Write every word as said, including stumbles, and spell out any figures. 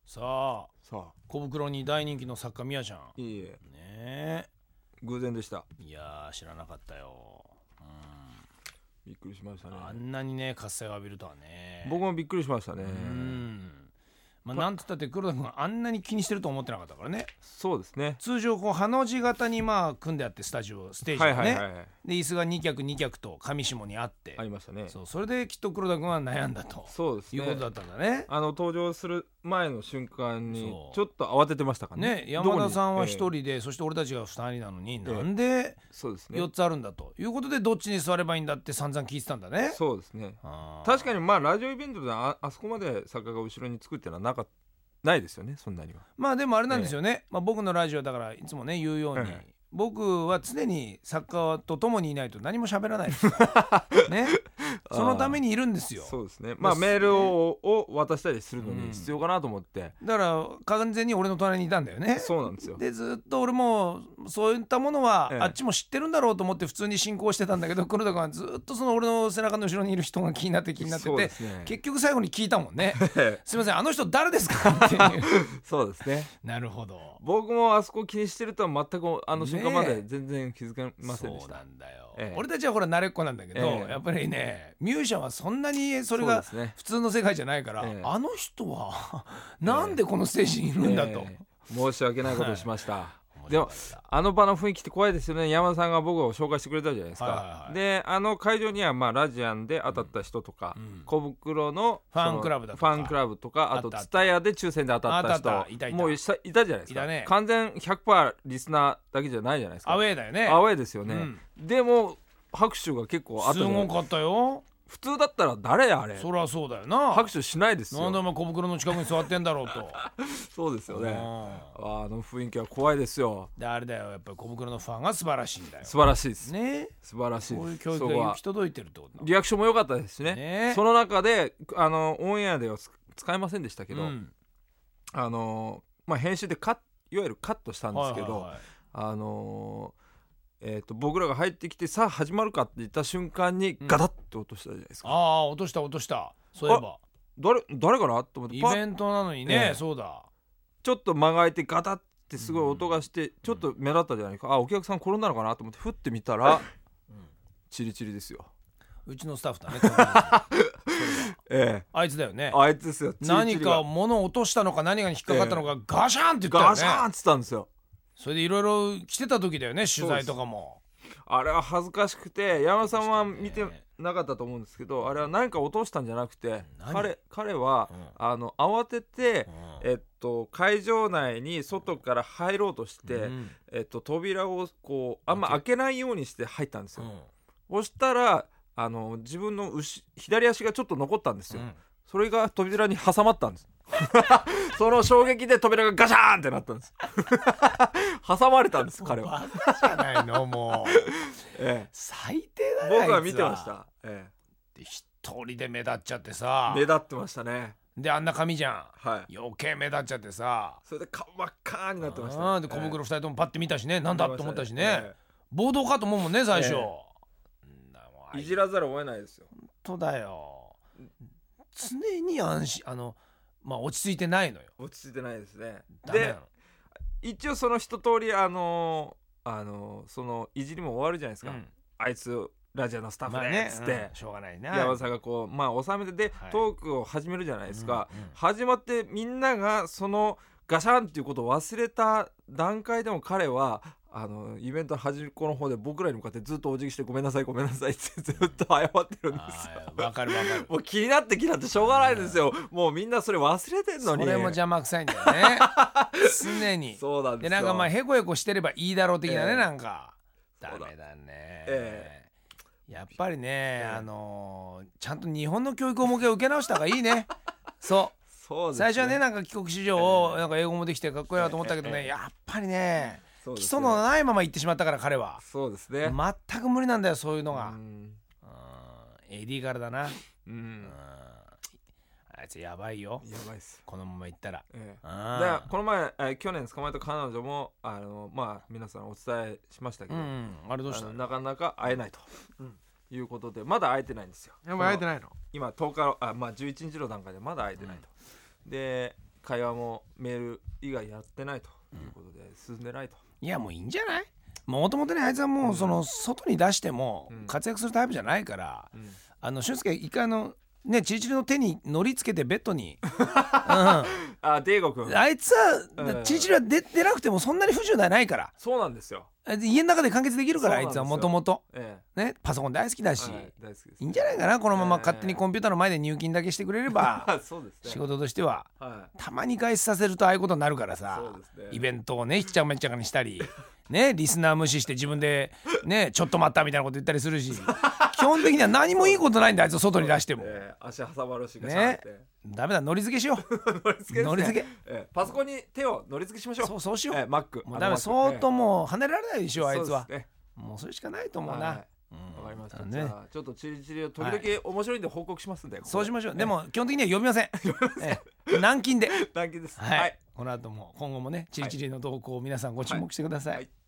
さあさあ小袋に大人気の作家みやちゃん。 いいえねえ、 偶然でした。 いやー知らなかったよ。 びっくりしましたね。 あんなにね喝采を浴びるとはね。 僕もびっくりしましたね。 うんまあ、なんつったって黒田君あんなに気にしてると思ってなかったからね。 そうですね。 通常こうハの字型にまあ組んであってスタジオステージがね、 はいはいはいはい、 で椅子がに脚に脚と上下にあってありましたね。 そうそれできっと黒田君は悩んだとそうですね。 いうことだったんだね。 あの登場する前の瞬間にそうちょっと慌ててましたからね。 ね山田さんは一どこに人で、そして俺たちが二人なのに、 えなんでそうですね。 よっつあるんだということでどっちに座ればいいんだって散々聞いてたんだね。 そうですね。 あー確かにまあラジオイベントで あ, あそこまで作家が後ろに作ってのはなかないですよね、そんなには。 まあでもあれなんですよね、まあ、僕のラジオだからいつもね言うように、 ええ僕は常に作家と共にいないと何も喋らないですね。そのためにいるんですよ。 そうですね。まあメールをを渡したりするのうんに必要かなと思って、 だから完全に俺の隣にいたんだよね。 そうなんですよ。 でずっと俺もそういったものは、 ええあっちも知ってるんだろうと思って普通に進行してたんだけど、黒田君はずっとその俺の背中の後ろにいる人が気になって気になってて、 そうですね。 結局最後に聞いたもんねええすいませんあの人誰ですかっていうそうですね。 なるほど、 僕もあそこ気にしてるとは全くあの瞬間まねえで全然気づけませんでしそうた。 なんだよ、 ええ俺たちはほら慣れっこなんだけど、 ええやっぱりねミュージシャンはそんなにそれがそうですね。 普通の世界じゃないから、 ええあの人はなんでこのステージにいるんだと、 ええ申し訳ないことをしました。 はい、 でもあの場の雰囲気って怖いですよね。山田さんが僕を紹介してくれたじゃないですか、 はいはいはい、 であの会場にはまあラジアンで当たった人とか、 うん小袋のファンクラブだとかファンクラブとか、あとあったあったツタヤで抽選で当たった人あったあったいたいたもういたいたじゃないですか。 いたね完全 ひゃくパーセント リスナーだけじゃないじゃないですか。 アウェーだよね。 アウェーですよね、 うんでも拍手が結構あったすじゃないごかったよ。 普通だったら誰あれそりゃそうだよな。 拍手しないですよ。 なんでお前小袋の近くに座ってんだろうとそうですよね。 うんあの雰囲気は怖いですよ。 であれだよやっぱり小袋のファンが素晴らしいんだよ素晴らしいです、 ね。 素晴らしいです。 こういう教育がそこは行き届いてるってことだリアクションも良かったですしね。 ねその中であのオンエアではつ使えませんでしたけど、 うんあのまあ、編集でカッいわゆるカットしたんですけど、 はいはいはいあのえー、と僕らが入ってきてさあ始まるかって言った瞬間にガタッと落としたじゃないですか、 ああ落とした落としたそういえば誰誰かなと思ってパッイベントなのにね、 ええそうだちょっと間が空いてガタッってすごい音がしてちょっと目立ったじゃないか、あお客さん転んだのかなと思ってふってみたら、 うんチリチリですよ。 うちのスタッフだねそれはええあいつだよね。 あいつですよ。チリチリが何か物を落としたのか何かに引っかかったのか、ガシャンって言ったよね。 ガシャーンって言ったんですよ。 それでいろいろ来てた時だよね取材とかも。 あれは恥ずかしくて山田さんは見てそうでしたねなかったと思うんですけど、あれは何か落としたんじゃなくて、 何彼彼は、 うんあの慌てて、 うんえっと、会場内に外から入ろうとして、 うんえっと、扉をこうあんま開けないようにして入ったんですよ、 うんそしたらあの自分の後左足がちょっと残ったんですよ、 うんそれが扉に挟まったんですその衝撃で扉がガシャーンってなったんです挟まれたんです彼は、 バカじゃないのもうええ、 最低だね僕はあいつ見てました、えで一人で目立っちゃってえ、 さ目立ってましたね。 であんな髪じゃはい、 ん余計目立っちゃってさそれで顔真っ赤になってました、 うんで小袋二人ともパッて見たしね、なんだと思ったしね、 え暴動かと思うもんね最初、 ええんなもうえいじらざるを得ないですよ。 本当だよ常に安心あのまあ落ち着いてないのよ。 落ち着いてないですね。でダメなの一応その一通りあのー、あのー、そのいじりも終わるじゃないですか、 うんあいつラジオのスタッフでまあねっつって、 うんしょうがないな山田さんがこうまあ収めてで、 はいトークを始めるじゃないですか、 うんうん始まってみんながそのガシャンっていうことを忘れた段階でも彼はあのイベントの端っこの方で僕らに向かってずっとお辞儀してごめんなさいごめんなさいってずっと謝ってるんですよ。 あーわかるわかるもう気になって気になってしょうがないですよ。もうみんなそれ忘れてんのに。 それも邪魔くさいんだよね常にそうなんですよ。 でなんかまあヘコヘコしてればいいだろう的なね、 ええなんかダそうだメだね、 えやっぱりね、 えあのーちゃんと日本の教育をもう一回受け直した方がいいねそうそうですね最初はねなんか帰国子女をええなんか英語もできてかっこいいなと思ったけどね、 ええやっぱりねそうですね基礎のないまま行ってしまったから彼はそうですね。 全く無理なんだよそういうのが、 うんうんエディからだな、 ううんんあいつやばいよやばいっす。 このまま行ったら、 ええうんでこの前、えー去年捕まえた彼女もあのまあ皆さんお伝えしましたけど、 うんあれどうしたのあのなかなか会えないと、いうことでまだ会えてないんですよ。 やっぱ会えてないの？ 今とおかあ、まあ、じゅういちにちの段階でまだ会えてないと、で会話もメール以外やってないということで進んでないと。 いやもういいんじゃない。もともとねあいつはもうその外に出しても活躍するタイプじゃないから、うん、あの俊介一回あのねチリチリの手に乗りつけてベッドに、うん、 あデーゴ君あいつは、うん、チリチリは出てなくてもそんなに不自由ではないから。 そうなんですよ。 家の中で完結できるからあいつはもともとねパソコン大好きだし、はい、大好きです。いいんじゃないかなこのまま勝手にコンピューターの前で入金だけしてくれれば、えーそうですね、仕事としては、はい、たまに外出させるとああいうことになるからさ、そうですね、イベントをねひっちゃかめっちゃかにしたりねリスナー無視して自分でねちょっと待ったみたいなこと言ったりするし基本的には何もいいことないんだあいつを外に出しても、 ね、足挟まるしがねダメだ乗り付けしよう乗り付けですね、 乗り付け、 えー、パソコンに手を乗り付けしましょう。そうそうしよう、 えー、Mac もうダメ相当もう離れられないでしょ、えー、あいつは、ね、もうそれしかないと思うな。わ、はいうん、かりました、ね、じゃあちょっとチリチリを時々面白いんで報告しますんで、はい、 そうしましょう、ね、でも基本的には読みませんええ、軟禁で軟禁です、 はい、はい、この後も今後もねチリチリの動向を皆さんご注目してください、はいはい。